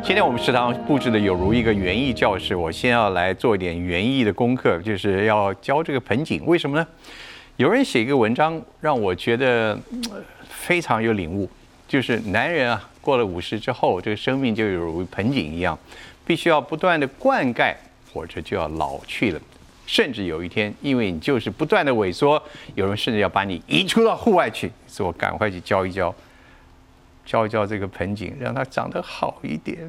今天我们食堂布置的有如一个园艺教室，我先要来做一点园艺的功课，就是要教这个盆景。为什么呢？有人写一个文章让我觉得非常有领悟，就是男人啊，过了50之后，这个生命就有如盆景一样，必须要不断的灌溉，或者就要老去了。甚至有一天，因为你就是不断的萎缩，有人甚至要把你移出到户外去，所以我赶快去教一教这个盆景，让它长得好一点。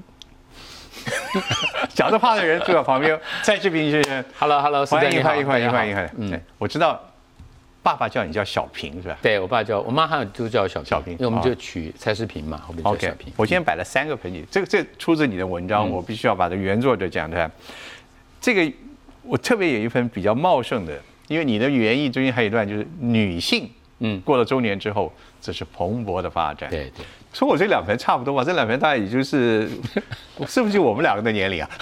讲这话的人坐在旁边，蔡志平先生 ，Hello， 欢迎。我知道爸爸叫你叫小平是吧？ 对我爸叫我妈，还都叫小平，因为我们就取蔡世平嘛，后面叫小平。 我今天摆了3个盆景，这出自你的文章，我必须要把这原作者讲的。这个我特别有一份比较茂盛的，因为你的园艺中间还有一段就是女性，过了中年之后，这是蓬勃的发展。 对。 说我这2盆差不多吧，这2盆大概也就是是不是我们2个的年龄啊？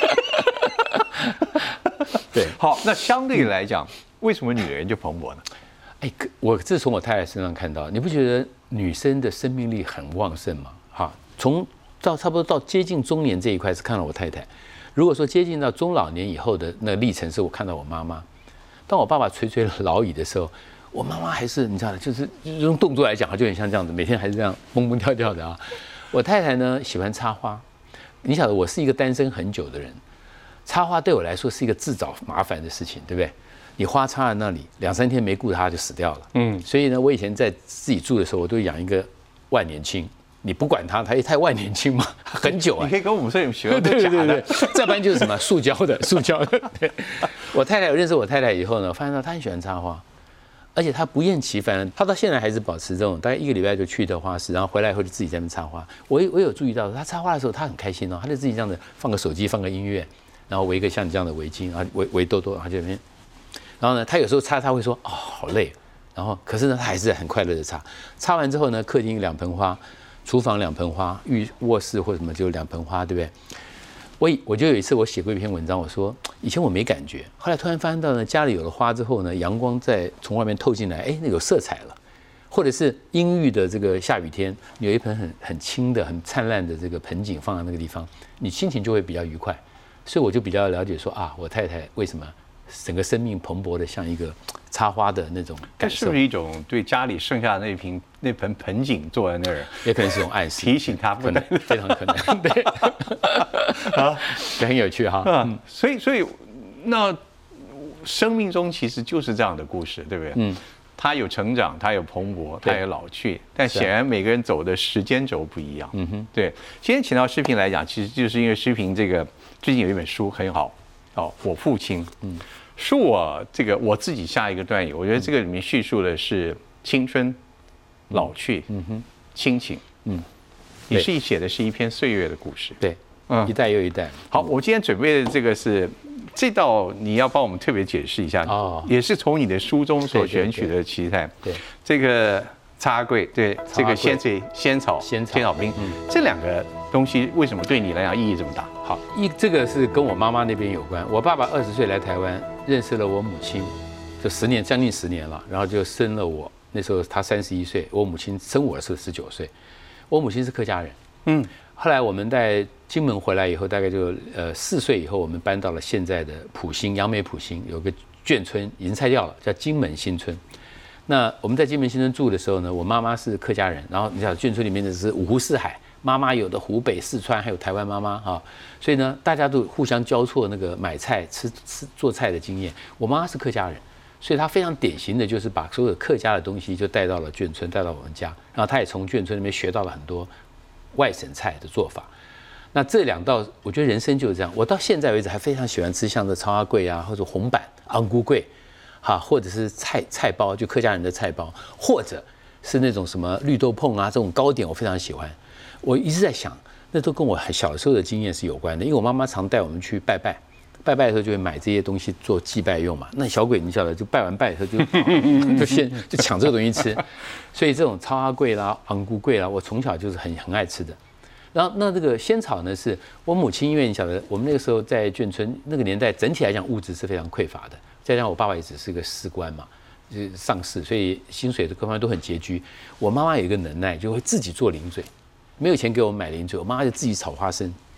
对。 好，那相对来讲，为什么女人就蓬勃呢？ 我这从我太太身上看到，你不觉得女生的生命力很旺盛吗？哈，从到差不多到接近中年这一块是看到我太太。如果说接近到中老年以后的那个历程，是我看到我妈妈。当我爸爸垂垂老矣的时候，我妈妈还是你知道的，就是用动作来讲，她就很像这样子，每天还是这样蹦蹦跳跳的啊。我太太呢喜欢插花，你晓得我是一个单身很久的人，插花对我来说是一个自找麻烦的事情，对不对？你花插在那里2、3天没顾它就死掉了。所以呢，我以前在自己住的时候，我都养一个万年青。你不管它，它也太万年青嘛，很久啊。 你可以跟我们说你学的假的， 再不然就是什么塑胶的。对，我太太，我认识我太太以后呢，发现到她很喜欢插花，而且她不厌其烦，她到现在还是保持这种，大概1个礼拜就去一趟花市，然后回来以后就自己在那边插花。我有注意到，她插花的时候她很开心哦，她就自己这样子放个手机，放个音乐，然后围一个像你这样的围巾，然后围兜兜，然后就那边。然后呢，她有时候插会说哦好累，然后可是呢她还是很快乐的插。插完之后呢，客厅2盆花。厨房2盆花，卧室或什么就2盆花，对不对？我就有一次我写过一篇文章，我说以前我没感觉，后来突然发现到呢，家里有了花之后呢，阳光从外面透进来，那有色彩了，或者是阴郁的这个下雨天，有一盆很清的、很灿烂的这个盆景放在那个地方，你心情就会比较愉快。所以我就比较了解说啊，我太太为什么整个生命蓬勃的像一个插花的那种感受， 这是不是一种对家里剩下的那盆盆景坐在那儿， 也可能是一种暗示， 提醒他不能， 非常可能，对，啊，很有趣哈。 所以那生命中其实就是这样的故事，对不对？它有成长，它有蓬勃，它有老去，但显然每个人走的时间轴不一样。对。今天请到诗萍来讲，其实就是因为诗萍这个最近有一本书很好，我父亲。是我自己下一个段友，我觉得这个里面叙述的是青春、老去、亲情。你写的是一篇岁月的故事。 对，一代又一代。 好，我今天准备的这个是这道，你要帮我们特别解释一下，也是从你的书中所选取的奇菜。 对， 这个插柜，对，这个仙草冰，这2个东西为什么对你来讲意义这么大？ 好，这个是跟我妈妈那边有关。我爸爸20岁来台湾，认识了我母亲，就将近10年了，然后就生了我。那时候他31岁，我母亲生我的时候19岁。我母亲是客家人，后来我们在金门回来以后，大概就4岁以后，我们搬到了现在的埔心，杨梅埔心有个眷村已经拆掉了，叫金门新村。那我们在金门新村住的时候呢，我妈妈是客家人，然后你想眷村里面的是5湖4海。妈妈有的湖北、四川，还有台湾妈妈哈，所以呢，大家都互相交错那个买菜、吃做菜的经验。我妈是客家人，所以她非常典型的就是把所有客家的东西就带到了眷村，带到我们家，然后她也从眷村那边学到了很多外省菜的做法。那这2道，我觉得人生就是这样。我到现在为止还非常喜欢吃像这超阿贵啊，或者红板、昂菇贵，哈，或者是菜包，就客家人的菜包，或者是那种什么绿豆椪啊这种糕点，我非常喜欢。我一直在想，那都跟我小时候的经验是有关的，因为我妈妈常带我们去拜拜的时候就会买这些东西做祭拜用嘛。那小鬼你晓得，就拜完拜的时候就抢这个东西吃，所以这种超阿贵啦、昂菇贵啦，我从小就是很爱吃的。然后那这个仙草呢，是我母亲，因为你晓得，我们那个时候在眷村那个年代，整体来讲物质是非常匮乏的，再加上我爸爸也只是个士官嘛，就是上士，所以薪水的各方面都很拮据。我妈妈有一个能耐，就会自己做零嘴，没有钱给我们买零嘴，我妈妈就自己炒花生，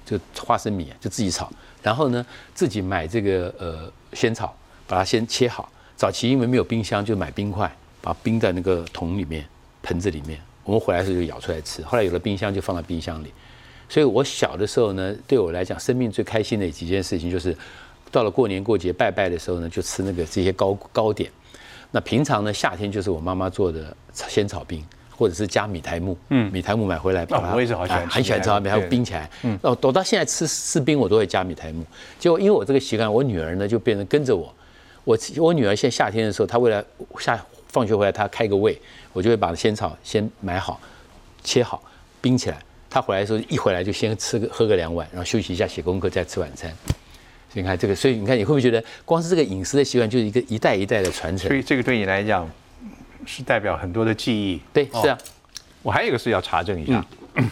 就花生米就自己炒，然后呢自己买这个仙草，把它先切好。早期因为没有冰箱，就买冰块，把它冰在那个桶里面、盆子里面。我们回来的时候就舀出来吃。后来有了冰箱，就放在冰箱里。所以我小的时候呢，对我来讲，生命最开心的几件事情就是，到了过年过节拜拜的时候呢，就吃这些糕点。那平常呢，夏天就是我妈妈做的仙草冰，或者是加米苔目。米苔目买回来， 我也是好喜欢吃， 很喜欢吃米苔目冰起来。我到现在吃冰我都会加米苔目。结果因为我这个习惯，我女儿呢就变成跟着我。我女儿现在夏天的时候，她为了放学回来，她开个胃，我就会把仙草先买好、切好、冰起来。她回来的时候，一回来就先喝个2碗，然后休息一下写功课，再吃晚餐。所以你看这个，所以你看你会不会觉得，光是这个饮食的习惯就是一代一代的传承？ 所以这个对你来讲是代表很多的记忆。 对，是啊。 我还有一个事要查证一下，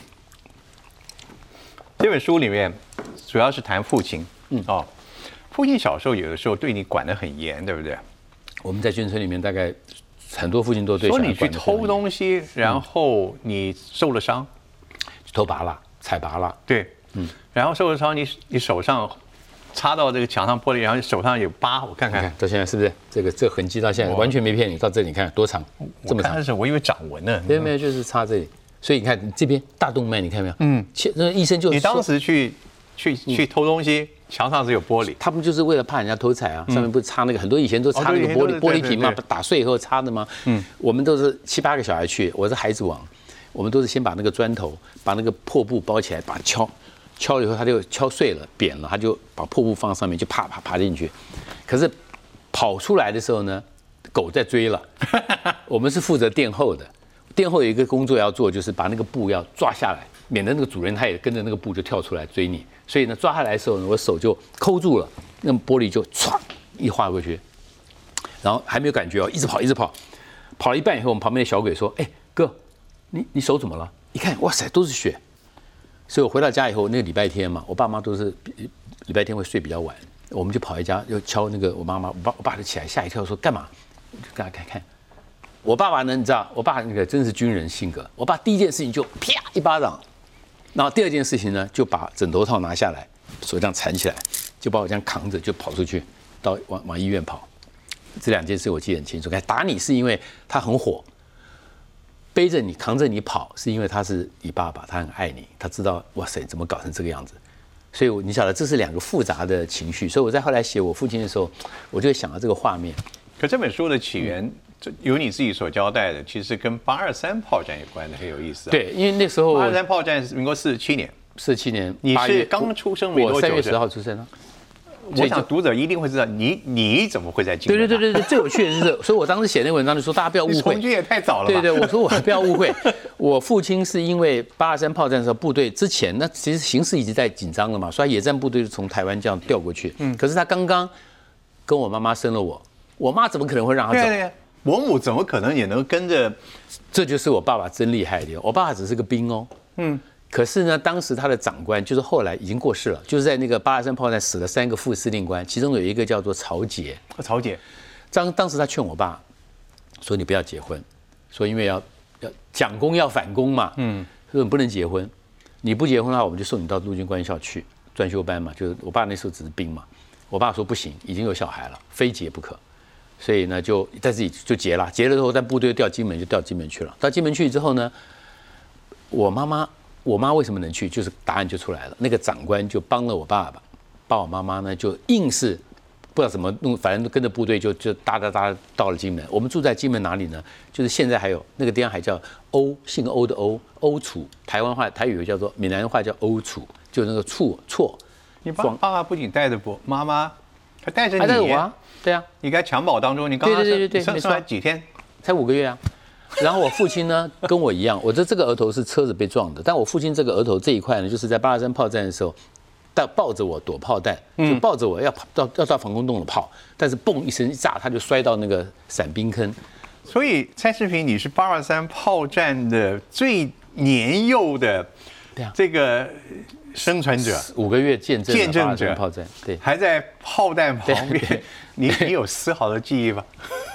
这本书里面主要是谈父亲。父亲小时候有的时候对你管得很严，对不对？ 我们在眷村里面，大概很多父亲都对小孩管得很严。 说你去偷东西，然后你受了伤， 偷拔蜡、踩拔蜡， 对，然后受了伤，你手上插到这个墙上玻璃，然后手上有疤，我看看， 到现在是不是这痕迹到现在完全没骗你？到这里你看多长，这么长。 但是我以为长纹呢， 没有，就是插这里。所以你看你这边大动脉，你看没有？那医生就你当时去偷东西。墙上是有玻璃， 他们就是为了怕人家偷踩啊，上面不是插那个很多以前都插那个玻璃瓶嘛，打碎以后插的吗？我们都是7、8个小孩去，我是孩子王，我们都是先把那个砖头把那个破布包起来，把它敲了以后，它就敲碎了扁了，他就把破布放上面，就爬进去。可是跑出来的时候呢，狗在追了，我们是负责殿后的，殿后有一个工作要做，就是把那个布要抓下来，免得那个主人他也跟着那个布就跳出来追你。所以呢，抓下来的时候呢，我手就扣住了，那玻璃就唰一划过去，然后还没有感觉哦，一直跑，跑了一半以后，我们旁边的小鬼说：“哎，哥，你手怎么了？”一看，哇塞，都是血。所以我回到家以后，那个礼拜天嘛，我爸妈都是礼拜天会睡比较晚，我们就跑回家，又敲那个我妈妈，我爸就起来吓一跳，说干嘛？我就给他看。我爸爸呢，你知道，我爸那个真是军人性格，我爸第一件事情就啪一巴掌。然后第二件事情呢，就把枕头套拿下来，手这样缠起来，就把我这样扛着就跑出去，往医院跑。这2件事我记得很清楚。打你是因为他很火，背着你扛着你跑是因为他是你爸爸，他很爱你，他知道哇塞怎么搞成这个样子。所以你晓得这是2个复杂的情绪。所以我在后来写我父亲的时候，我就会想到这个画面。 可这本书的起源。有你自己所交代的，其实跟823炮战有关的，很有意思。 对，因为那时候 823炮战是民国47年 ，47年， 你是刚出生没多久， 我3月10号出生啊。 我想读者一定会知道你怎么会在金门？ 对，最有趣的是这，所以我当时写那个文章就说大家不要误会， 从军也太早了吧？ 对，我说我不要误会，我父亲是因为823炮战的时候部队之前，那其实形势已经在紧张了嘛，所以野战部队就从台湾这样调过去。可是他刚刚跟我妈妈生了我妈怎么可能会让他走？ 对。我母怎么可能也能跟着？ 这就是我爸爸真厉害的。我爸爸只是个兵哦，可是呢，当时他的长官就是后来已经过世了，就是在那个823炮战死了3个副司令官，其中有一个叫做曹杰。 曹杰， 当时他劝我爸说：“你不要结婚，说因为要讲功要反攻嘛，说你不能结婚，你不结婚的话，我们就送你到陆军官校去专修班嘛。就是我爸那时候只是兵嘛，我爸说不行，已经有小孩了，非结不可。”所以呢，就在自己就结了之后，但部队调金门就调金门去了。到金门去之后呢，我妈为什么能去？就是答案就出来了。那个长官就帮了我爸爸，把我妈妈呢就硬是不知道怎么弄，反正跟着部队就搭到了金门。我们住在金门哪里呢？就是现在还有那个地方还叫姓欧的欧楚，台湾话台语叫做闽南话叫欧楚，就那个错。 你爸爸不仅带着妈妈，他带着你， 还带着我啊。对啊， 你在襁褓当中，你刚刚生出来几天？ 才5个月啊。然后我父亲呢，跟我一样，我这个额头是车子被撞的，但我父亲这个额头这一块呢，就是在823炮战的时候，抱着我躲炮弹，就抱着我要到防空洞的炮，但是嘣一声一炸，他就摔到那个伞兵坑。 所以蔡世平，你是823炮战的最年幼的这个生存者 ，5个月见证者炮战，对， 还在炮弹旁边，你有丝毫的记忆吗？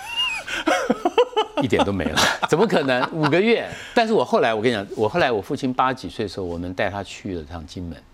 一点都没了，怎么可能？5个月。但是我跟你讲，我父亲80几岁的时候，我们带他去了趟金门，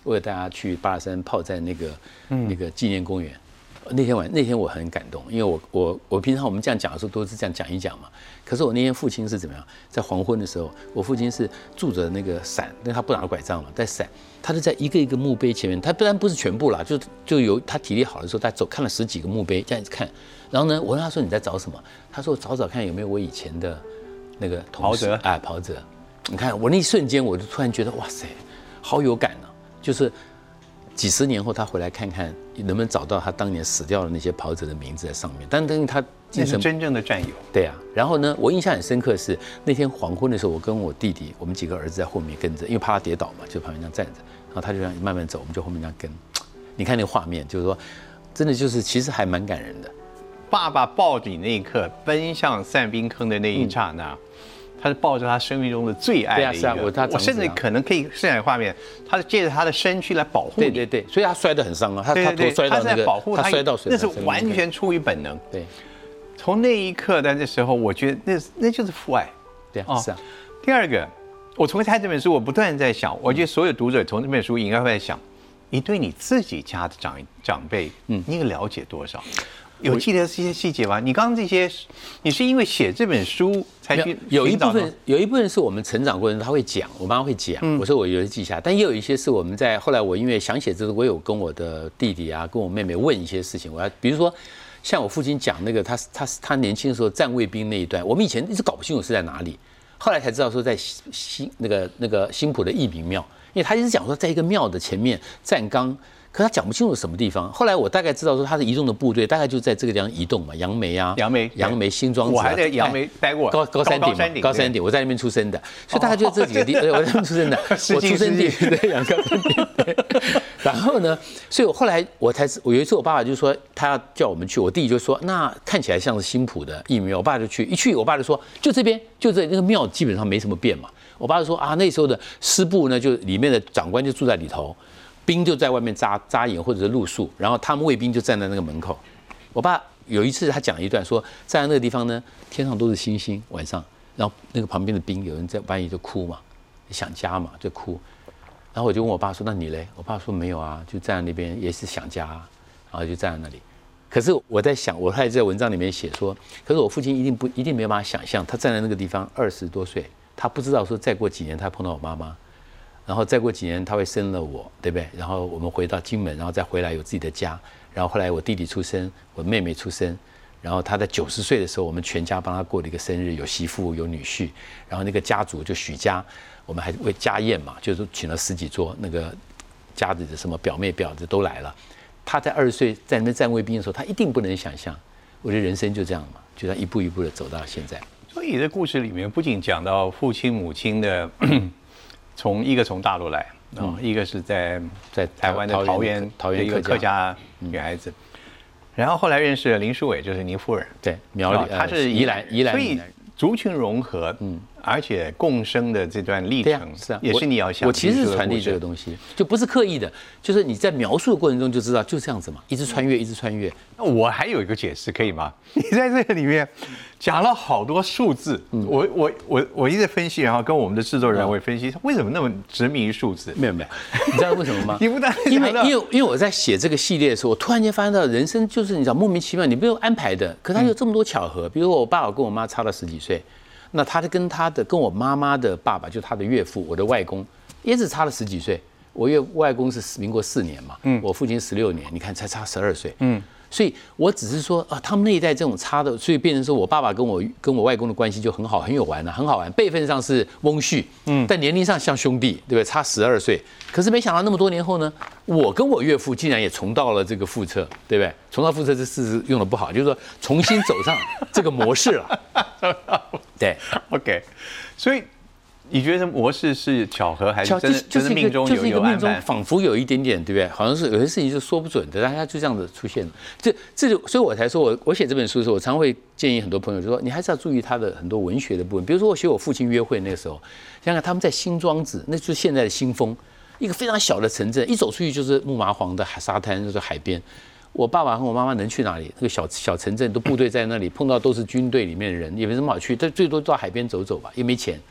我有带他去八达山泡在那个纪念公园。那天我很感动，因为我平常我们这样讲的时候都是这样讲一讲嘛。可是我那天父亲是怎么样？在黄昏的时候，我父亲是拄着那个伞，但他不拿拐杖嘛，在伞，他就在一个一个墓碑前面。他当然不是全部啦，就有他体力好的时候，他看了10几个墓碑，这样子看。然后呢，我问他说你在找什么？他说我找看有没有我以前的那个同事袍泽。你看我那一瞬间，我就突然觉得哇塞，好有感啊！就是几十年后，他回来看看能不能找到他当年死掉的那些袍泽的名字在上面。但他那是真正的战友。 对啊。然后呢，我印象很深刻是那天黄昏的时候，我跟我弟弟，我们几个儿子在后面跟着，因为怕他跌倒嘛，就旁边这样站着。然后他就这样慢慢走，我们就后面这样跟。你看那个画面，就是说，真的就是其实还蛮感人的。 爸爸抱着你那一刻，奔向散兵坑的那一刹那。他是抱着他生命中的最爱的一个，我甚至可能可以设想画面，他是借着他的身躯来保护你。 对，所以他摔得很伤啊，他头摔到那个，他摔到水， 那是完全出于本能。 对， 从那一刻在这时候，我觉得那就是父爱。 对啊，是啊。 第二个，我从看这本书，我不断在想，我觉得所有读者从这本书应该会在想，你对你自己家的长辈，你了解多少？有记得这些细节吗？你刚刚这些，你是因为写这本书才去有一部分是我们成长过程中他会讲，我妈会讲，我说我有记下，但也有一些是我们在后来我因为想写这个，我有跟我的弟弟啊，跟我妹妹问一些事情，比如说像我父亲讲那个他年轻的时候站卫兵那一段，我们以前一直搞不清楚是在哪里，后来才知道说在那个新浦的义民庙，因为他一直讲说在一个庙的前面站岗。可他讲不清楚什么地方。后来我大概知道说他的移动的部队大概就在这个地方移动嘛，杨梅啊，杨梅新庄子、 我还在杨梅待过， 高山顶，我在那边出生的，所以大概就这几个地，我在那边出生的，我出生地对杨高山顶。然后呢，所以我后来我有一次我爸爸就说他要叫我们去，我弟弟就说那看起来像是新浦的义民庙，我爸就去，一去我爸就说就这边就这那个庙基本上没什么变嘛。我爸就说啊那时候的师部呢就里面的长官就住在里头。兵就在外面扎营或者是露宿，然后他们卫兵就站在那个门口。我爸有一次他讲一段说，站在那个地方呢，天上都是星星，晚上，然后那个旁边的兵有人在半夜就哭嘛，想家嘛就哭。然后我就问我爸说：“那你嘞？”我爸说：“没有啊，就站在那边也是想家啊，然后就站在那里。”可是我在想，我还在文章里面写说，可是我父亲一定没有办法想象，他站在那个地方20多岁，他不知道说再过几年他碰到我妈妈。然后再过几年他会生了我，对不对？然后我们回到金门，然后再回来有自己的家。然后后来我弟弟出生，我妹妹出生，然后他在90岁的时候，我们全家帮他过了一个生日，有媳妇有女婿，然后那个家族就许家，我们还为家宴嘛，就是请了10几桌，那个家里的什么表妹表子都来了。他在20岁在那边站卫兵的时候，他一定不能想象。我觉得人生就这样嘛，就这样一步一步的走到现在。 所以这故事里面不仅讲到父亲母亲的。一个从大陆来，一个是在台湾的桃园的一个客家女孩子，然后后来认识了林书伟，就是您夫人， 对，苗栗， 她是宜兰， 所以族群融合，而且共生的这段历程， 是啊， 也是你要想。 我其实是传递这个东西，就不是刻意的，就是你在描述的过程中就知道，就这样子嘛，一直穿越，一直穿越。 我还有一个解释，可以吗？你在这个里面讲了好多数字，我一直分析，然后跟我们的制作人会分析，为什么那么执迷于数字？ 没有，你知道为什么吗？ 你不但因为我在写这个系列的时候，我突然间发现到人生就是你知道莫名其妙，你没有安排的，可它有这么多巧合。比如我爸跟我妈差了10几岁。那他跟我妈妈的爸爸，就他的岳父，我的外公，也只差了10几岁。我外公是民国4年嘛，我父亲16年，你看才差12岁。所以我只是说啊，他们那一代这种差的，所以变成说我爸爸跟我外公的关系就很好，很有玩啊，很好玩。辈分上是翁婿，但年龄上像兄弟，对不对？差12岁。可是没想到那么多年后呢，我跟我岳父竟然也重蹈了这个覆辙，对不对？重蹈覆辙这事用的不好，就是说重新走上这个模式了。对 ，OK， 所以。你觉得模式是巧合还是真的命中有安排？ 仿佛有一点点，对不对？好像是有些事情就说不准的，但它就这样子出现了。所以我才说我写这本书的时候，我常会建议很多朋友就说，你还是要注意他的很多文学的部分。比如说我写我父亲约会那个时候，想想他们在新庄子，那就是现在的新丰，一个非常小的城镇，一走出去就是木麻黄的沙滩，就是海边。我爸爸和我妈妈能去哪里？那个小城镇都部队在那里，碰到都是军队里面的人，也没什么好去，但最多到海边走走吧，也没钱。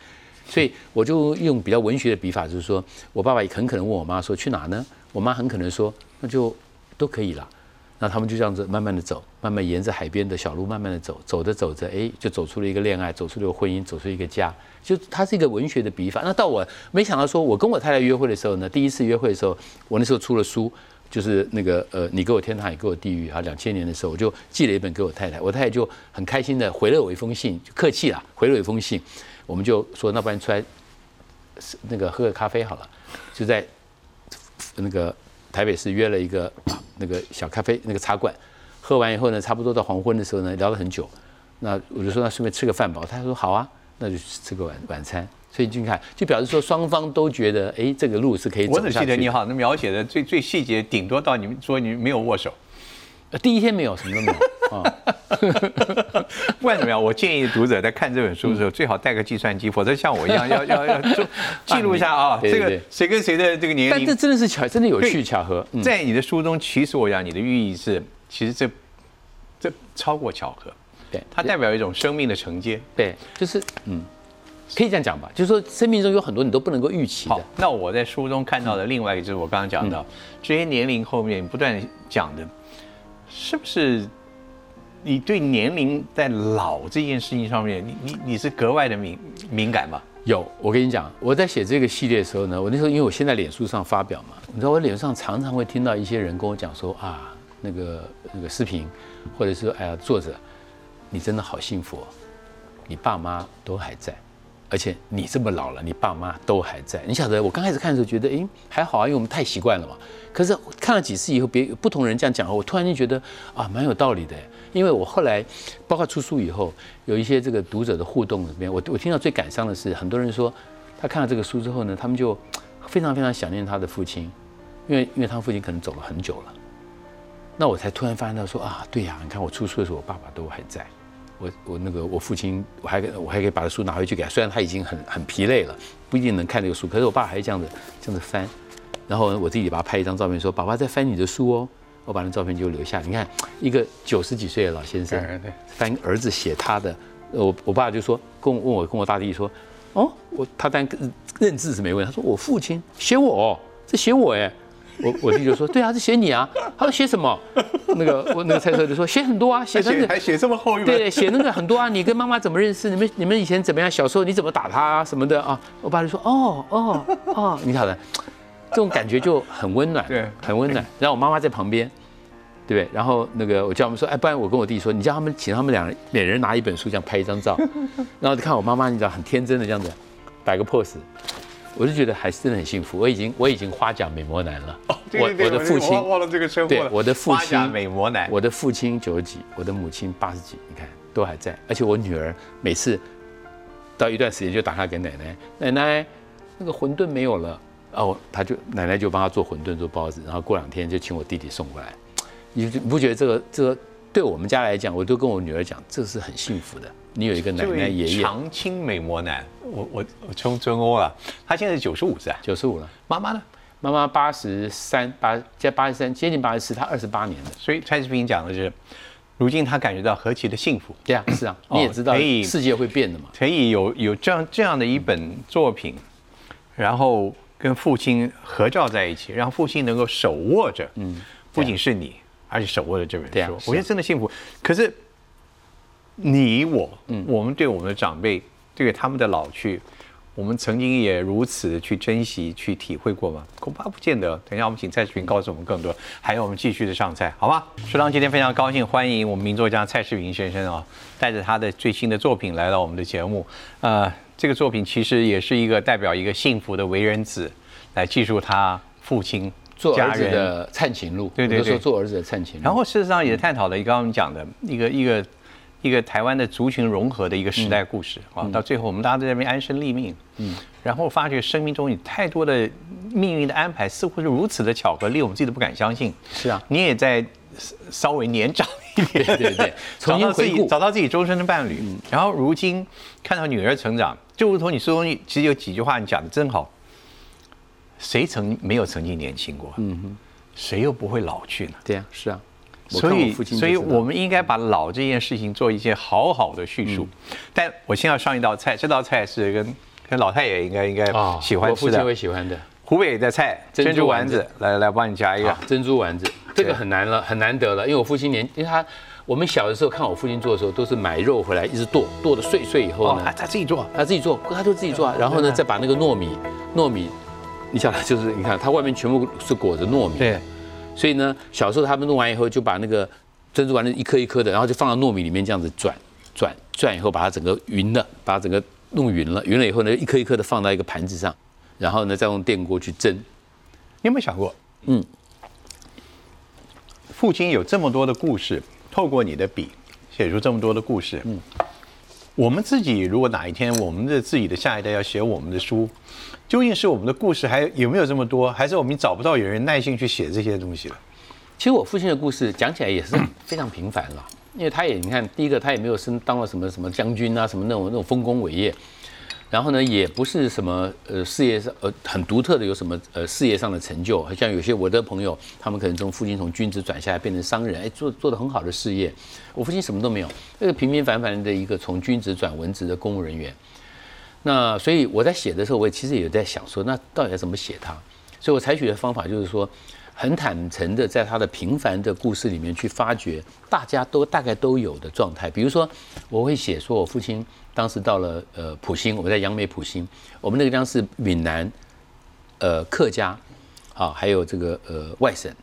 所以我就用比较文学的笔法，就是说我爸爸也很可能问我妈说去哪呢？我妈很可能说那就都可以了。那他们就这样子慢慢的走，慢慢沿着海边的小路慢慢的走，走着走着，哎，就走出了一个恋爱，走出了一个婚姻，走出一个家。就它是一个文学的笔法。那到我没想到说，我跟我太太约会的时候呢，第一次约会的时候，我那时候出了书，就是那个你给我天堂，也给我地狱啊，2000年的时候，我就寄了一本给我太太，我太太就很开心的回了我一封信，就客气啦，回了我一封信，我们就说那不然出来那个喝个咖啡好了，就在那个台北市约了一个那个小咖啡那个茶馆，喝完以后呢，差不多到黄昏的时候呢，聊了很久，那我就说那顺便吃个饭吧，他说好啊，那就吃个晚餐。所以你看，就表示说双方都觉得，哎，这个路是可以走下去的。 我只记得你好像描写的最细节，顶多到你们说你没有握手。 第一天没有，什么都没有啊。 不管怎么样，我建议读者在看这本书的时候，最好带个计算机，否则像我一样要记录一下啊，这个谁跟谁的这个年龄。 但这真的是真的有趣巧合。 在你的书中，其实我讲你的寓意是，其实这超过巧合， 对， 它代表一种生命的承接。 对，就是可以这样讲吧，就是说生命中有很多你都不能够预期的。 好，那我在书中看到的另外一个就是我刚刚讲到这些年龄后面不断讲的，是不是你对年龄在老这件事情上面，你是格外的敏感吗？ 有，我跟你讲，我在写这个系列的时候呢，我那时候因为我先在脸书上发表嘛，你知道我脸书上常常会听到一些人跟我讲说啊，那个视频，或者是哎呀作者，你真的好幸福哦，你爸妈都还在。而且你这么老了，你爸妈都还在。你晓得，我刚开始看的时候觉得，哎，还好啊，因为我们太习惯了嘛。可是看了几次以后，不同人这样讲，我突然间觉得啊，蛮有道理的。因为我后来包括出书以后，有一些这个读者的互动里面，我听到最感伤的是，很多人说他看了这个书之后呢，他们就非常非常想念他的父亲，因为他父亲可能走了很久了。那我才突然发现到说啊，对呀，你看我出书的时候，我爸爸都还在。我父亲，我还可以把书拿回去给他，虽然他已经很疲累了，不一定能看这个书，可是我爸还这样子翻，然后我自己把他拍一张照片，说爸爸在翻你的书哦，我把那照片就留下。你看一个90几岁的老先生翻儿子写他的，我爸就说跟我大弟说，哦，他当然认字是没问题，他说我父亲写我哦，这写我哎。我弟就说：“对啊，是写你啊。”他说：“写什么？”那个蔡社就说：“写很多啊，写还写这么厚一本。” 对，写那个很多啊。你跟妈妈怎么认识？你们以前怎么样？小时候你怎么打他啊什么的啊？我爸就说：“哦，你晓得，这种感觉就很温暖， 对， 很温暖。”然后我妈妈在旁边，对不对？然后我叫他们说：“哎，不然我跟我弟说，你叫他们请他们两人每人拿一本书，这样拍一张照。”然后看我妈妈，你知道很天真的这样子摆个 pose。我就觉得还是真的很幸福，我已经花甲美魔男了。 我的父亲忘了这个称呼了。 对，我的父亲花甲美魔男， 我的父亲90几，我的母亲80几，你看都还在。而且我女儿每次到一段时间就打电话给奶奶，奶奶那个馄饨没有了，哦，奶奶就帮她做馄饨做包子，然后过2天就请我弟弟送过来。你不觉得这个对我们家来讲，我都跟我女儿讲，这是很幸福的。你有一个奶奶爷爷， 长青美魔男，我称尊欧了，他现在95岁 ，95了。 妈妈呢？ 妈妈83，加83，接近84，她28年的。 所以蔡志平讲的是，如今他感觉到何其的幸福。 对啊，是啊，你也知道，世界会变的嘛。 可以有这样的一本作品，然后跟父亲合照在一起，让父亲能够手握着，不仅是你，而且手握着这本书，我觉得真的幸福。可是。我们对我们的长辈，对他们的老去，我们曾经也如此的去珍惜、去体会过吗？恐怕不见得。等一下，我们请蔡世平告诉我们更多。还有，我们继续的上菜，好吗？食堂今天非常高兴，欢迎我们名作家蔡世平先生啊，带着他的最新的作品来到我们的节目。这个作品其实也是一个代表一个幸福的为人子，来记述他父亲。 做儿子的灿情录， 对， 说做儿子的灿情路。 然后事实上也探讨了刚刚我们讲的一个台湾的族群融合的一个时代故事啊，到最后我们大家在那边安身立命，然后发觉生命中有太多的命运的安排，似乎是如此的巧合，令我们自己都不敢相信。 是啊， 你也在稍微年长一点， 对，重新回顾， 找到自己终身的伴侣，然后如今看到女儿成长，就如同你书中其实有几句话你讲的真好，谁没有曾经年轻过？谁又不会老去呢？ 对啊，是啊。 所以我们应该把老这件事情做一些好好的叙述。但我先要上一道菜，这道菜是跟跟老太爷应该喜欢吃的。 我父亲会喜欢的。 湖北的菜珍珠丸子，来帮你加一个珍珠丸子，这个很难了，很难得了，因为我父亲因为我们小的时候看我父亲做的时候，都是买肉回来一直剁的碎以后呢， 他自己做， 他就自己做，然后呢再把那个糯米，你晓得就是你看它外面全部是裹着糯米， 对， 所以呢小时候他们弄完以后就把那个珍珠丸子一颗一颗的，然后就放到糯米里面这样子转以后把它整个把它整个弄匀了以后呢一颗一颗的放到一个盘子上。然后呢，再用电锅去蒸。你有没有想过，父亲有这么多的故事，透过你的笔写出这么多的故事，我们自己如果哪一天我们的自己的下一代要写我们的书，究竟是我们的故事还有没有这么多，还是我们找不到有人耐心去写这些东西了？ 其实我父亲的故事讲起来也是非常平凡了，因为他也你看，第一个他也没有当了什么将军啊，什么那种丰功伟业。然后呢，也不是什么事业上很独特的有什么事业上的成就，像有些我的朋友，他们可能父亲从军职转下来变成商人，做得很好的事业。我父亲什么都没有，那个平平凡凡的一个从军职转文职的公务人员。那所以我在写的时候，我其实也在想说，那到底要怎么写他？所以我采取的方法就是说，很坦诚的在他的平凡的故事里面去发掘大家大概都有的状态。比如说，我会写说我父亲。当时到了埔心，我们在杨梅埔心，我们那个地方是闽南、客家，还有这个外省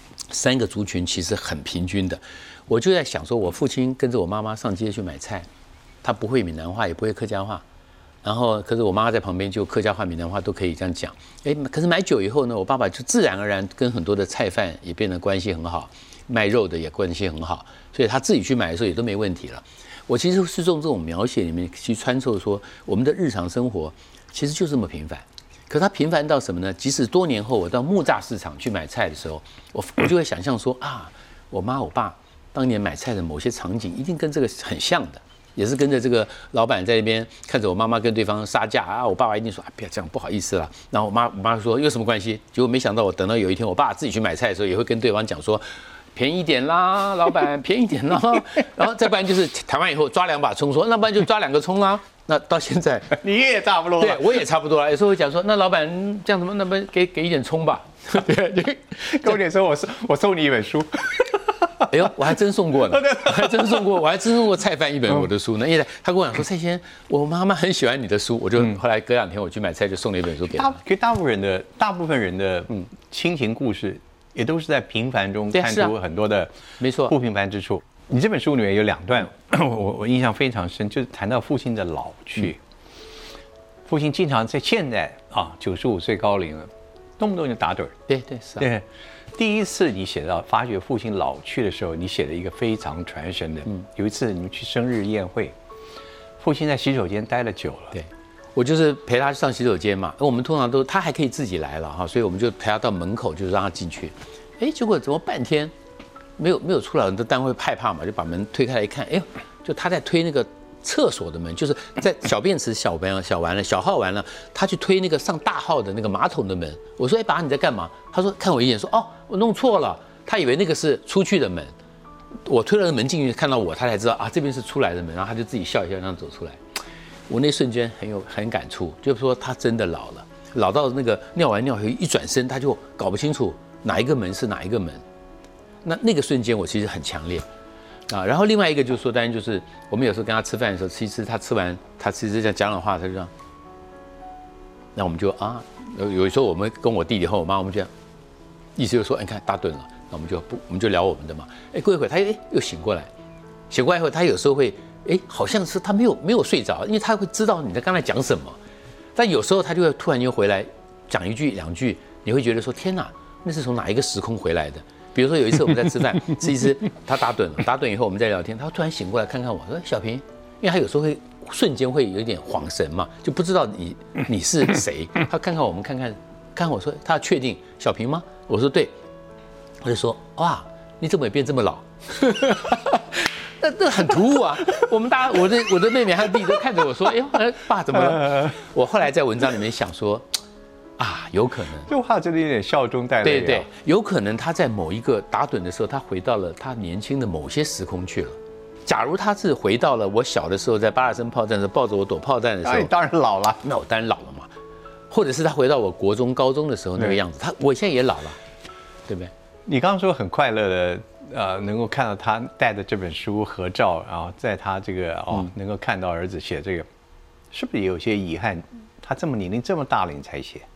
3个族群其实很平均的。我就在想说，我父亲跟着我妈妈上街去买菜，他不会闽南话，也不会客家话，然后可是我妈妈在旁边就客家话、闽南话都可以这样讲。可是买酒以后呢，我爸爸就自然而然跟很多的菜贩也变得关系很好，卖肉的也关系很好，所以他自己去买的时候也都没问题了。我其实是从这种描写里面去穿透说，我们的日常生活其实就这么平凡。可它平凡到什么呢？即使多年后我到木栅市场去买菜的时候，我就会想象说我妈我爸当年买菜的某些场景一定跟这个很像的，也是跟着这个老板在那边看着我妈妈跟对方杀价我爸爸一定说不要这样，不好意思啦。然后我妈说有什么关系？结果没想到我等到有一天我爸自己去买菜的时候，也会跟对方讲说。便宜点啦，老板，便宜点啦。然后再不然就是谈完以后抓2把葱，说那不然就抓2个葱啦。那到现在你也差不多， 对我也差不多了。有时候会讲说，那老板这样怎么，那不给一点葱吧？ 对，跟我点说我送你一本书。 哎呦，我还真送过呢，我还真送过菜贩一本我的书呢。因为他跟我讲说，蔡先生，我妈妈很喜欢你的书，我就后来隔2天我去买菜就送了一本书给他。 大部分人的亲情故事。也都是在平凡中看出很多的没错不平凡之处。你这本书里面有2段，我印象非常深，就是谈到父亲的老去。父亲经常在现在95岁高龄了，动不动就打盹。 对是啊。 对，第一次你写到发觉父亲老去的时候，你写了一个非常传神的。有一次你们去生日宴会，父亲在洗手间待了久了。 对。我就是陪他上洗手间嘛，我们通常他还可以自己来了所以我们就陪他到门口，就是让他进去。结果怎么半天没有出来，的单位害怕嘛，就把门推开来一看，就他在推那个厕所的门，就是在小便池小号完了，他去推那个上大号的那个马桶的门。我说爸你在干嘛？他说看我一眼说我弄错了，他以为那个是出去的门。我推了门进去看到他才知道这边是出来的门，然后他就自己笑一笑，这样走出来。我那瞬间很感触，就是说他真的老了，老到那个尿完尿一转身，他就搞不清楚哪一个门是哪一个门。那个瞬间我其实很强烈然后另外一个就是说，当然就是我们有时候跟他吃饭的时候，其实他吃完，他其实讲了话，他就这样，那我们就有时候我们跟我弟弟和我妈，我们这样，意思就是说，你看打盹了，那我们就聊我们的嘛。过一会儿他又醒过来以后，他有时候会。好像是他没有睡着，因为他会知道你在刚才讲什么，但有时候他就会突然又回来讲1句2句，你会觉得说天哪，那是从哪一个时空回来的？比如说有一次我们在吃饭，吃一吃，他打盹了，打盹以后我们在聊天，他突然醒过来看看我说小平，因为他有时候会瞬间会有一点恍神嘛，就不知道你是谁，他看看我们看看我说他确定小平吗？我说对，他就说哇你怎么也变这么老？那很突兀啊！我们大家，我的妹妹和弟弟都看着我说：“爸怎么了？”我后来在文章里面想说，有可能这话真的有点笑中带泪。 对，有可能他在某一个打盹的时候，他回到了他年轻的某些时空去了。 假如他是回到了我小的时候，在巴尔森炮战的时候抱着我躲炮弹的时候， 当然老了， 那我当然老了嘛。或者是他回到我国中、高中的时候那个样子，我现在也老了，对不对？ 你刚刚说很快乐的，能够看到他带着这本书合照，然后在他这个能够看到儿子写这个，是不是也有些遗憾？他这么年龄这么大了，你才写？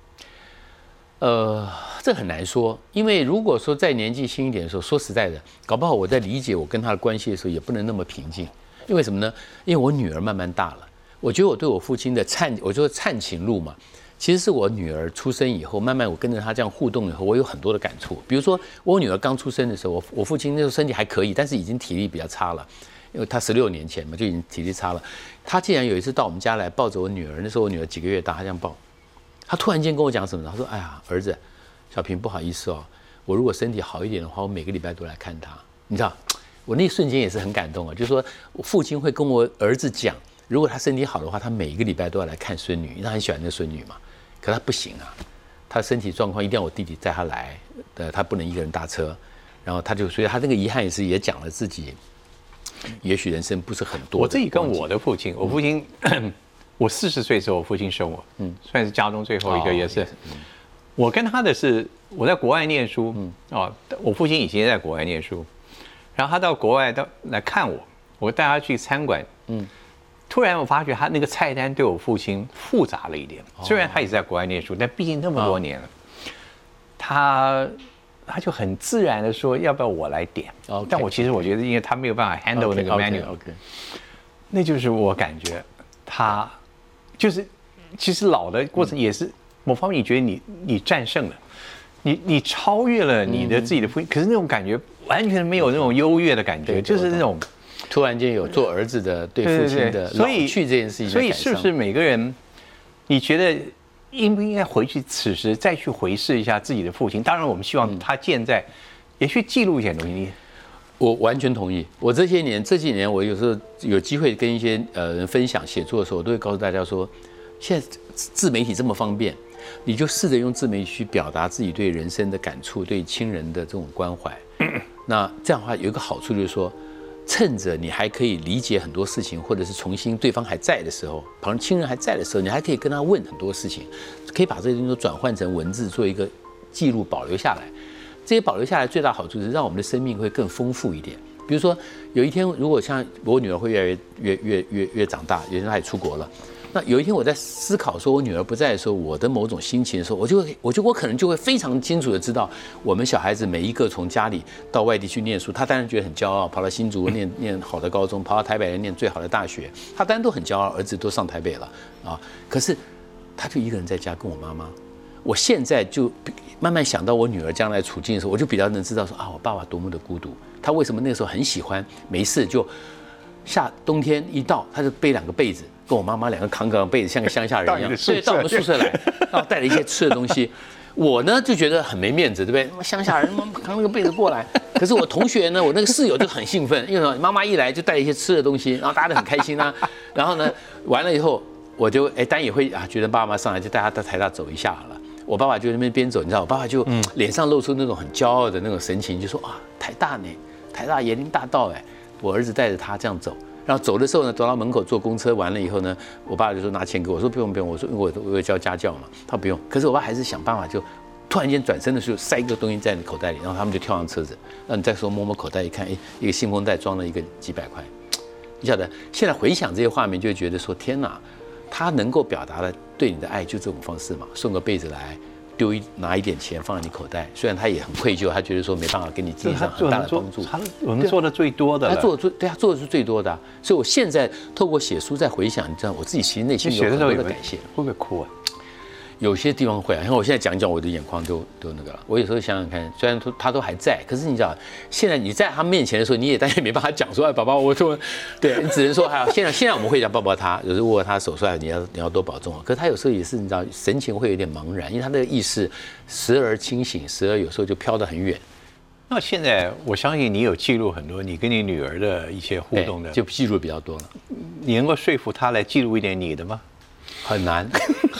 这很难说，因为如果说再年纪轻一点的时候，说实在的，搞不好我在理解我跟他的关系的时候，也不能那么平静。因为什么呢？因为我女儿慢慢大了，我觉得我对我父亲的我说忏情录嘛，其实是我女儿出生以后，慢慢我跟着她这样互动以后，我有很多的感触。比如说我女儿刚出生的时候，我父亲那时候身体还可以，但是已经体力比较差了，因为他16年前嘛就已经体力差了。他竟然有一次到我们家来抱着我女儿，那时候我女儿几个月大，他这样抱。他突然间跟我讲什么呢？他说：“哎呀，儿子，小平不好意思哦，我如果身体好一点的话，我每个礼拜都来看他。”你知道，我那一瞬间也是很感动啊。就是说我父亲会跟我儿子讲，如果他身体好的话，他每一个礼拜都要来看孙女，因为他很喜欢那个孙女嘛。可他不行啊，他身体状况一定要我弟弟载他来，他不能一个人搭车。然后所以他那个遗憾也讲了自己，也许人生不是很多。 我自己跟我的父亲，我父亲。我40岁的时候，我父亲生我，算是家中最后一个，也是。我跟他的是，我在国外念书，我父亲以前也在国外念书，然后他到国外来看我，我带他去餐馆，突然我发觉他那个菜单对我父亲复杂了一点，虽然他也是在国外念书，但毕竟那么多年了，他就很自然的说要不要我来点，但我其实我觉得，因为他没有办法 handle 那个 menu， 那就是我感觉他。就是其实老的过程也是某方面，你觉得你战胜了，你超越了你的自己的父亲，可是那种感觉完全没有那种优越的感觉，就是那种突然间有做儿子的对父亲的老去这件事情。 所以是不是每个人，你觉得应不应该回去此时再去回视一下自己的父亲？当然，我们希望他健在，也去记录一些东西。 我完全同意。我这几年，我有时候有机会跟一些人分享写作的时候，我都会告诉大家说，现在自媒体这么方便，你就试着用自媒体去表达自己对人生的感触，对亲人的这种关怀。那这样的话有一个好处就是说，趁着你还可以理解很多事情，或者是重新对方还在的时候，旁人亲人还在的时候，你还可以跟他问很多事情，可以把这些东西都转换成文字，做一个记录保留下来。这些保留下来最大好处是让我们的生命会更丰富一点。比如说有一天，如果像我女儿会越长大，有一天她也出国了，那有一天我在思考说我女儿不在的时候，我的某种心情的时候，我可能就会非常清楚的知道，我们小孩子每一个从家里到外地去念书，他当然觉得很骄傲，跑到新竹念好的高中，跑到台北来念最好的大学，他当然都很骄傲，儿子都上台北了啊，可是他就一个人在家跟我妈妈。我现在就慢慢想到我女儿将来处境的时候，我就比较能知道说啊，我爸爸多么的孤独。他为什么那个时候很喜欢没事就冬天一到，他就背2个被子，跟我妈妈2个扛个被子，像个乡下人一样，对，到我们宿舍来，然后带了一些吃的东西。我呢就觉得很没面子，对不对？乡下人扛那个被子过来，可是我同学呢，我那个室友就很兴奋，因为妈妈一来就带一些吃的东西，然后大家都很开心啊。然后呢，完了以后，我就当然也会觉得爸妈上来就带他到台大走一下好了。我爸爸就在那边边走，你知道，我爸爸就脸上露出那种很骄傲的那种神情，就说啊，台大呢，台大椰林大道我儿子带着他这样走，然后走的时候呢，走到门口坐公车完了以后呢，我爸就说拿钱给我，我说不用，我说因为我有教家教嘛，他不用，可是我爸还是想办法，就突然间转身的时候塞一个东西在你口袋里，然后他们就跳上车子，那你再说摸口袋一看，一个信封袋装了一个几百块，你晓得，现在回想这些画面，就会觉得说天哪。他能够表达的对你的爱就这种方式嘛，送个被子来，拿一点钱放在你口袋，虽然他也很愧疚，他觉得说没办法给你经济上很大的帮助， 我们做的最多的， 他做的是最多的所以我现在透过写书再回想，你知道我自己其实内心有很多的感谢。 会不会哭啊？ 有些地方会啊，像我现在讲一讲，我的眼眶都那个了。我有时候想想看，虽然他都还在，可是你知道，现在你在他面前的时候，你也当然没办法讲说，哎，宝宝，我说，对你只能说，还有现在我们会讲抱抱他，有时候握他手说，你要多保重啊。可是他有时候也是你知道，神情会有点茫然，因为他的意识时而清醒，时而有时候就飘得很远。 那现在我相信你有记录很多你跟你女儿的一些互动的， 就记录比较多了。 你能够说服她来记录一点你的吗？ 很难。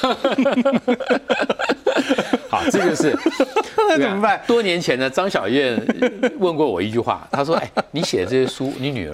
好，这就是那怎么办？ 多年前呢，张小燕问过我一句话，她说：“哎，你写的这些书，你女儿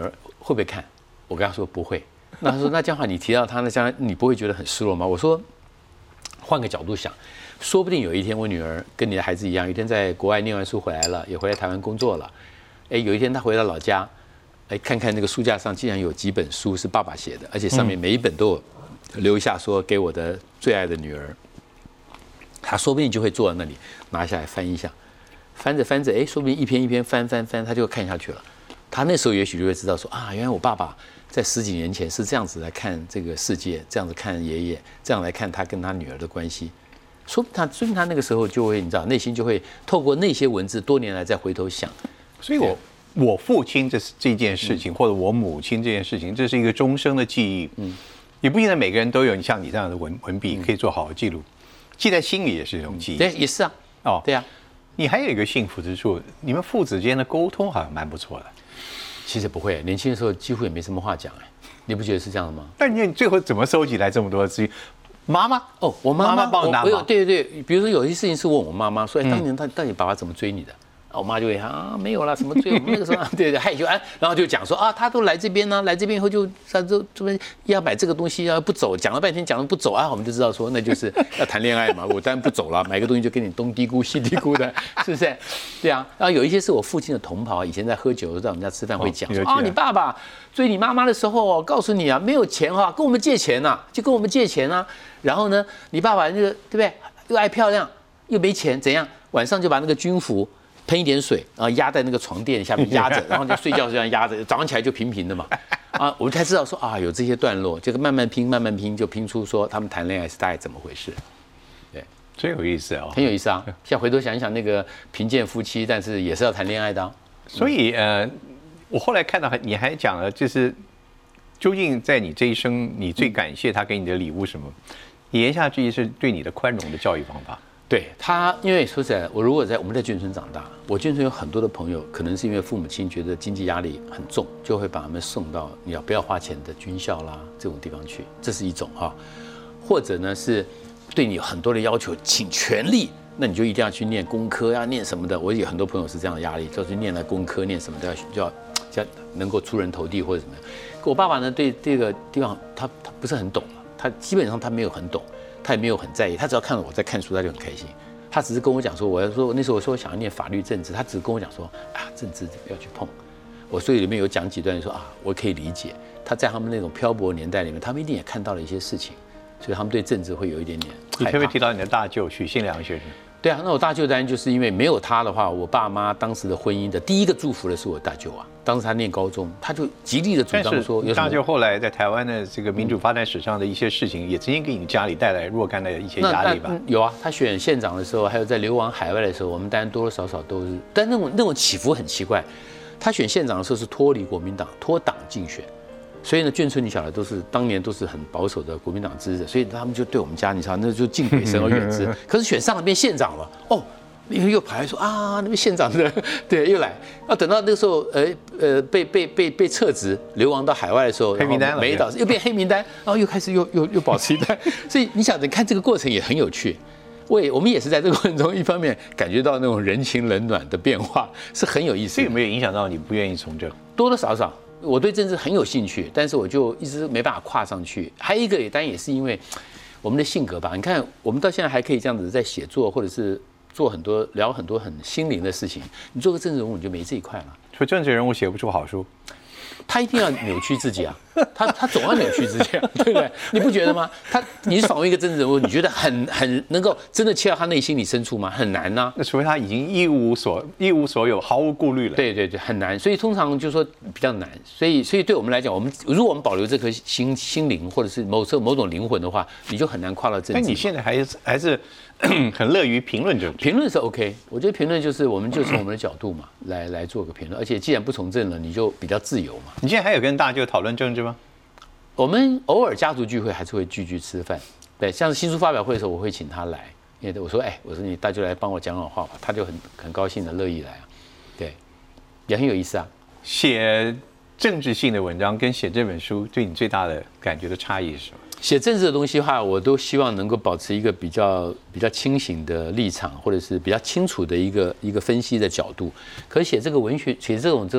会不会看？我跟他说不会。那他说那这样的话，你提到他，那将来你不会觉得很失落吗？我说换个角度想，说不定有一天我女儿跟你的孩子一样，有一天在国外念完书回来了，也回来台湾工作了。哎，有一天她回到老家，哎，看看那个书架上竟然有几本书是爸爸写的，而且上面每一本都有留下说给我的最爱的女儿。她说不定就会坐在那里拿下来翻一下，翻着翻着，哎，说不定一篇一篇翻，她就看下去了。她那时候也许就会知道说啊，原来我爸爸在10几年前是这样子来看这个世界，这样子看爷爷，这样来看他跟他女儿的关系。说不定他那个时候就会，你知道，内心就会透过那些文字，多年来再回头想。 所以我父亲这件事情，或者我母亲这件事情，这是一个终生的记忆。也不见得每个人都有像你这样的文笔可以做好的记录，记在心里也是一种记忆。 对，也是啊。哦，对啊。 你还有一个幸福之处，你们父子间的沟通好像蛮不错的。 其实不会，年轻的时候几乎也没什么话讲，哎，你不觉得是这样的吗？ 但你最后怎么收集来这么多的资讯？妈妈哦，我妈妈帮我拿忙。 对，比如说有些事情是问我妈妈说，哎，当年到底爸爸怎么追你的？我妈就会啊，没有啦，什么追我们那个时候，对害羞啊，然后就讲说啊，他都来这边呢，来这边以后就他这边要买这个东西，要不走，讲了半天讲了不走啊，我们就知道说那就是要谈恋爱嘛，我当然不走了，买个东西就跟你东嘀咕西嘀咕的，是不是？对啊，然后有一些是我父亲的同袍，以前在喝酒在我们家吃饭会讲说啊，你爸爸追你妈妈的时候，告诉你啊，没有钱哈，跟我们借钱呐，就跟我们借钱啊，然后呢，你爸爸那个对不对？又爱漂亮，又没钱，怎样？晚上就把那个军服喷一点水，然后压在那个床垫下面压着，然后就睡觉这样压着，早上起来就平平的嘛。啊，我们才知道说啊，有这些段落，这个慢慢拼，就拼出说他们谈恋爱是大概怎么回事。对， 真有意思哦， 很有意思啊。现在回头想一想，那个贫贱夫妻，但是也是要谈恋爱的。 所以我后来看到你还讲了，就是究竟在你这一生，你最感谢他给你的礼物什么？言下之意是对你的宽容的教育方法。 对他，因为说实在，我如果我们在眷村长大，我眷村有很多的朋友，可能是因为父母亲觉得经济压力很重，就会把他们送到你不要花钱的军校啦这种地方去，这是一种哈。或者呢是对你有很多的要求，请全力，那你就一定要去念工科，要念什么的。我有很多朋友是这样的压力，就是念了工科，念什么的就要能够出人头地或者什么。我爸爸呢对这个地方他不是很懂，他基本上他没有很懂。他也没有很在意，他只要看到我在看书，他就很开心。他只是跟我讲说，那时候我说想要念法律政治，他只是跟我讲说啊，政治不要去碰。我所以里面有讲几段说啊，我可以理解他在他们那种漂泊年代里面，他们一定也看到了一些事情，所以他们对政治会有一点点害怕。 你特别提到你的大舅许信良先生。 对啊，那我大舅当然就是因为没有他的话，我爸妈当时的婚姻的第一个祝福的是我大舅啊。当时他念高中，他就极力的主张说， 大舅后来在台湾的这个民主发展史上的一些事情，也曾经给你家里带来若干的一些压力吧？ 有啊，他选县长的时候，还有在流亡海外的时候，我们当然多多少少都是，但那种起伏很奇怪。他选县长的时候是脱离国民党，脱党竞选。所以呢，眷村你晓得当年都是很保守的国民党支持，所以他们就对我们家，你知道，那就敬鬼神而远之。可是选上了变县长了，哦，又跑来说啊，那边县长的对又来，要等到那个时候，被撤职，流亡到海外的时候， 黑名单了， 没导致又变黑名单，然后又开始又保持一段，所以你想着看这个过程也很有趣。我们也是在这个过程中，一方面感觉到那种人情冷暖的变化，是很有意思的。 这有没有影响到你不愿意从政？ 多多少少。我对政治很有兴趣，但是我就一直没办法跨上去。还有一个当然也是因为我们的性格吧。你看，我们到现在还可以这样子在写作，或者是聊很多很心灵的事情。你做个政治人物，你就没这一块了。 说政治人物写不出好书， 他一定要扭曲自己啊，他总要扭曲自己啊，对不对？你不觉得吗？你访问一个政治人物，你觉得很能够真的切到他内心里深处吗？很难呐。 那除非他已经一无所有，毫无顾虑了。 对，很难。所以通常就说比较难。所以对我们来讲，如果我们保留这颗心灵，或者是某种灵魂的话，你就很难跨到政治。 但你现在还是很乐于评论政治。 评论是 OK， 我觉得评论就是我们就从我们的角度嘛来做个评论，而且既然不从政了，你就比较自由嘛。 你现在还有跟大舅讨论政治吗？ 我们偶尔家族聚会还是会聚吃饭，对，像是新书发表会的时候，我会请他来，因为我说你大舅来帮我讲话吧，他就很高兴的乐意来啊，对，也很有意思啊。 写政治性的文章跟写这本书对你最大的感觉的差异是什么？ 写政治的东西的话，我都希望能够保持一个比较清醒的立场，或者是比较清楚的一个分析的角度。可是写这个文学，写这种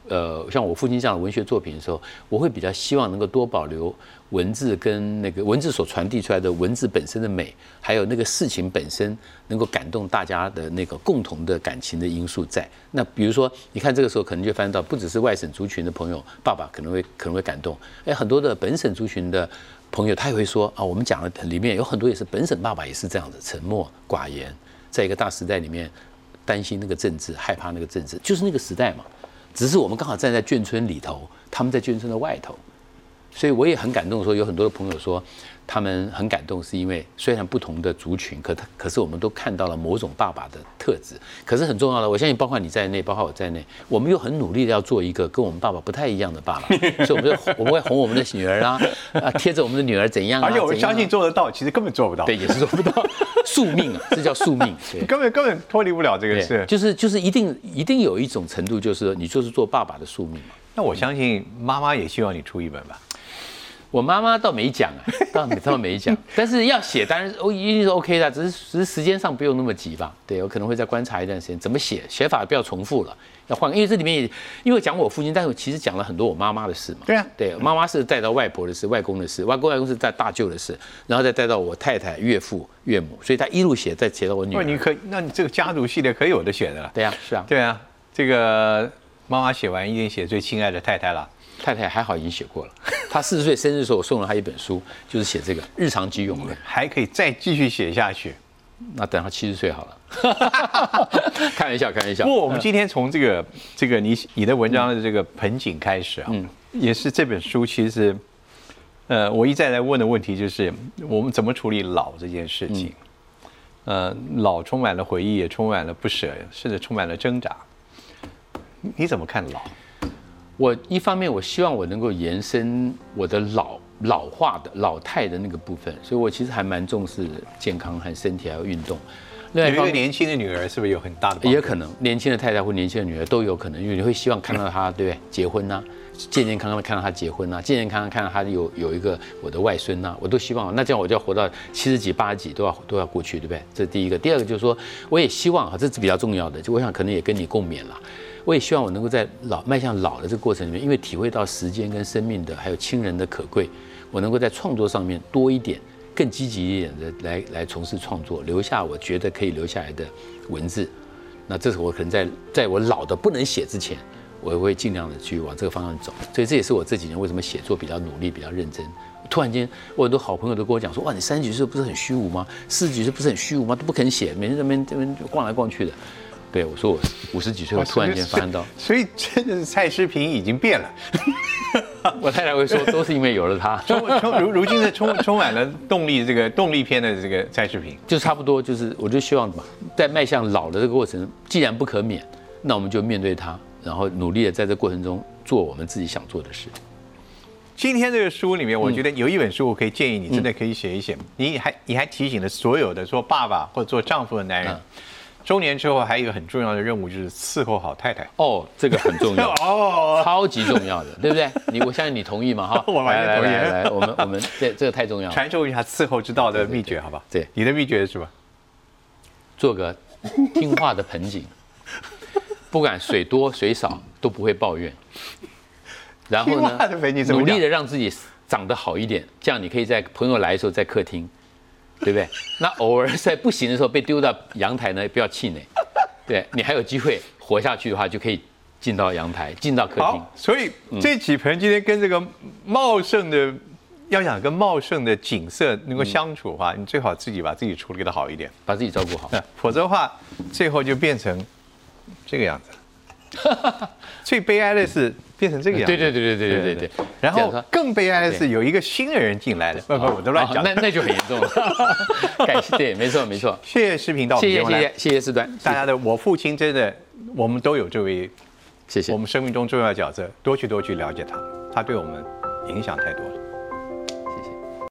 像我父亲这样的文学作品的时候，我会比较希望能够多保留文字跟那个文字所传递出来的文字本身的美，还有那个事情本身能够感动大家的那个共同的感情的因素在。那比如说，你看这个时候可能就发现到，不只是外省族群的朋友，爸爸可能会感动，很多的本省族群的朋友他也会说啊，我们讲的里面有很多也是本省爸爸也是这样子，沉默寡言，在一个大时代里面。担心那个政治，害怕那个政治，就是那个时代嘛。只是我们刚好站在眷村里头，他们在眷村的外头，所以我也很感动。说有很多的朋友说，他们很感动，是因为虽然不同的族群，可是我们都看到了某种爸爸的特质。可是很重要的，我相信包括你在内，包括我在内，我们又很努力的要做一个跟我们爸爸不太一样的爸爸。所以我们会哄我们的女儿啊，贴着我们的女儿怎样啊。 而且我相信做得到，其实根本做不到。 对，也是做不到。宿命啊，这叫宿命， 根本脱离不了这个事。 就是一定有一种程度，就是你就是做爸爸的宿命嘛。 那我相信妈妈也希望你出一本吧。 我妈妈倒没讲倒没讲，但是要写当然一定是 OK 的，只是时间上不用那么急吧。对，我可能会再观察一段时间，怎么写法不要重复了，要换，因为这里面也因为讲我父亲，但是我其实讲了很多我妈妈的事嘛。 对啊， 对，妈妈是带到外婆的事、外公的事，外公是带大舅的事，然后再带到我太太、岳父、岳母，所以他一路写，再写到我女儿。 那你这个家族系列可以有的写的了。 对啊，是啊， 对啊，这个妈妈写完一定写最亲爱的太太了。 太太还好已经写过了，她40岁生日的时候，我送了她一本书，就是写这个日常急用论， 还可以再继续写下去。 那等她70岁好了，开玩笑。 不过我们今天从这个你的文章的这个盆景开始啊，也是这本书其实，我一再来问的问题就是我们怎么处理老这件事情。老充满了回忆，也充满了不舍，甚至充满了挣扎。你怎么看老？ 我一方面我希望我能够延伸我的老化的老态的那个部分，所以我其实还蛮重视健康和身体还有运动。 有一个年轻的女儿是不是有很大的帮助？ 也可能年轻的太太或年轻的女儿都有可能，因为你会希望看到她对不对结婚呐、健健康康的看到她结婚呐、健健康康看到她有一个我的外孙呐、我都希望。那这样我就要活到70几80几都要过去，对不对？这是第一个。第二个就是说，我也希望这是比较重要的，就我想可能也跟你共勉了。我也希望我能够在迈向老的这个过程里面，因为体会到时间跟生命的还有亲人的可贵，我能够在创作上面多一点、更积极一点的来从事创作，留下我觉得可以留下来的文字。那这是我可能在我老的不能写之前，我会尽量的去往这个方向走。所以这也是我这几年为什么写作比较努力、比较认真。突然间，我很多好朋友都跟我讲说：“哇，你30几岁不是很虚无吗？40几岁不是很虚无吗？都不肯写，每天这边逛来逛去的。”对，我说我50几岁，我突然间发现到， 所以真的是蔡诗萍已经变了。 我太太会说，都是因为有了他。 如今是充满了动力，这个动力片的这个蔡诗萍， 就差不多就是，我就希望嘛，在迈向老的这个过程，既然不可免，那我们就面对它，然后努力的在这过程中做我们自己想做的事。 今天这个书里面，我觉得有一本书，我可以建议你真的可以写一写。你还提醒了所有的做爸爸或者做丈夫的男人。中年之后还有一个很重要的任务，就是伺候好太太。 哦，这个很重要哦，超级重要的，对不对？我相信你同意嘛？哈， 我完全同意。 来，我们这个太重要了。 传授一下伺候之道的秘诀，好吧？ 对， 你的秘诀是什么？ 做个听话的盆景，不管水多水少都不会抱怨。然后呢，努力的让自己长得好一点，这样你可以在朋友来的时候在客厅。对不对？那偶尔在不行的时候被丢到阳台呢，不要气馁。对，你还有机会活下去的话，就可以进到阳台，进到客厅。 好，所以这几盆今天跟这个茂盛的，要想跟茂盛的景色能够相处的话，你最好自己把自己处理得好一点， 把自己照顾好。 否则的话，最后就变成这个样子。最悲哀的是变成这个样子。 对。 然后更悲哀的是有一个新的人进来了。不，我都乱讲。 那就很严重了。感谢，对，没错。 谢谢诗萍到我们节目来。 谢谢世端。 大家的我父亲真的，我们都有这位， 谢谢。 我们生命中重要的角色，多去了解他，他对我们影响太多了。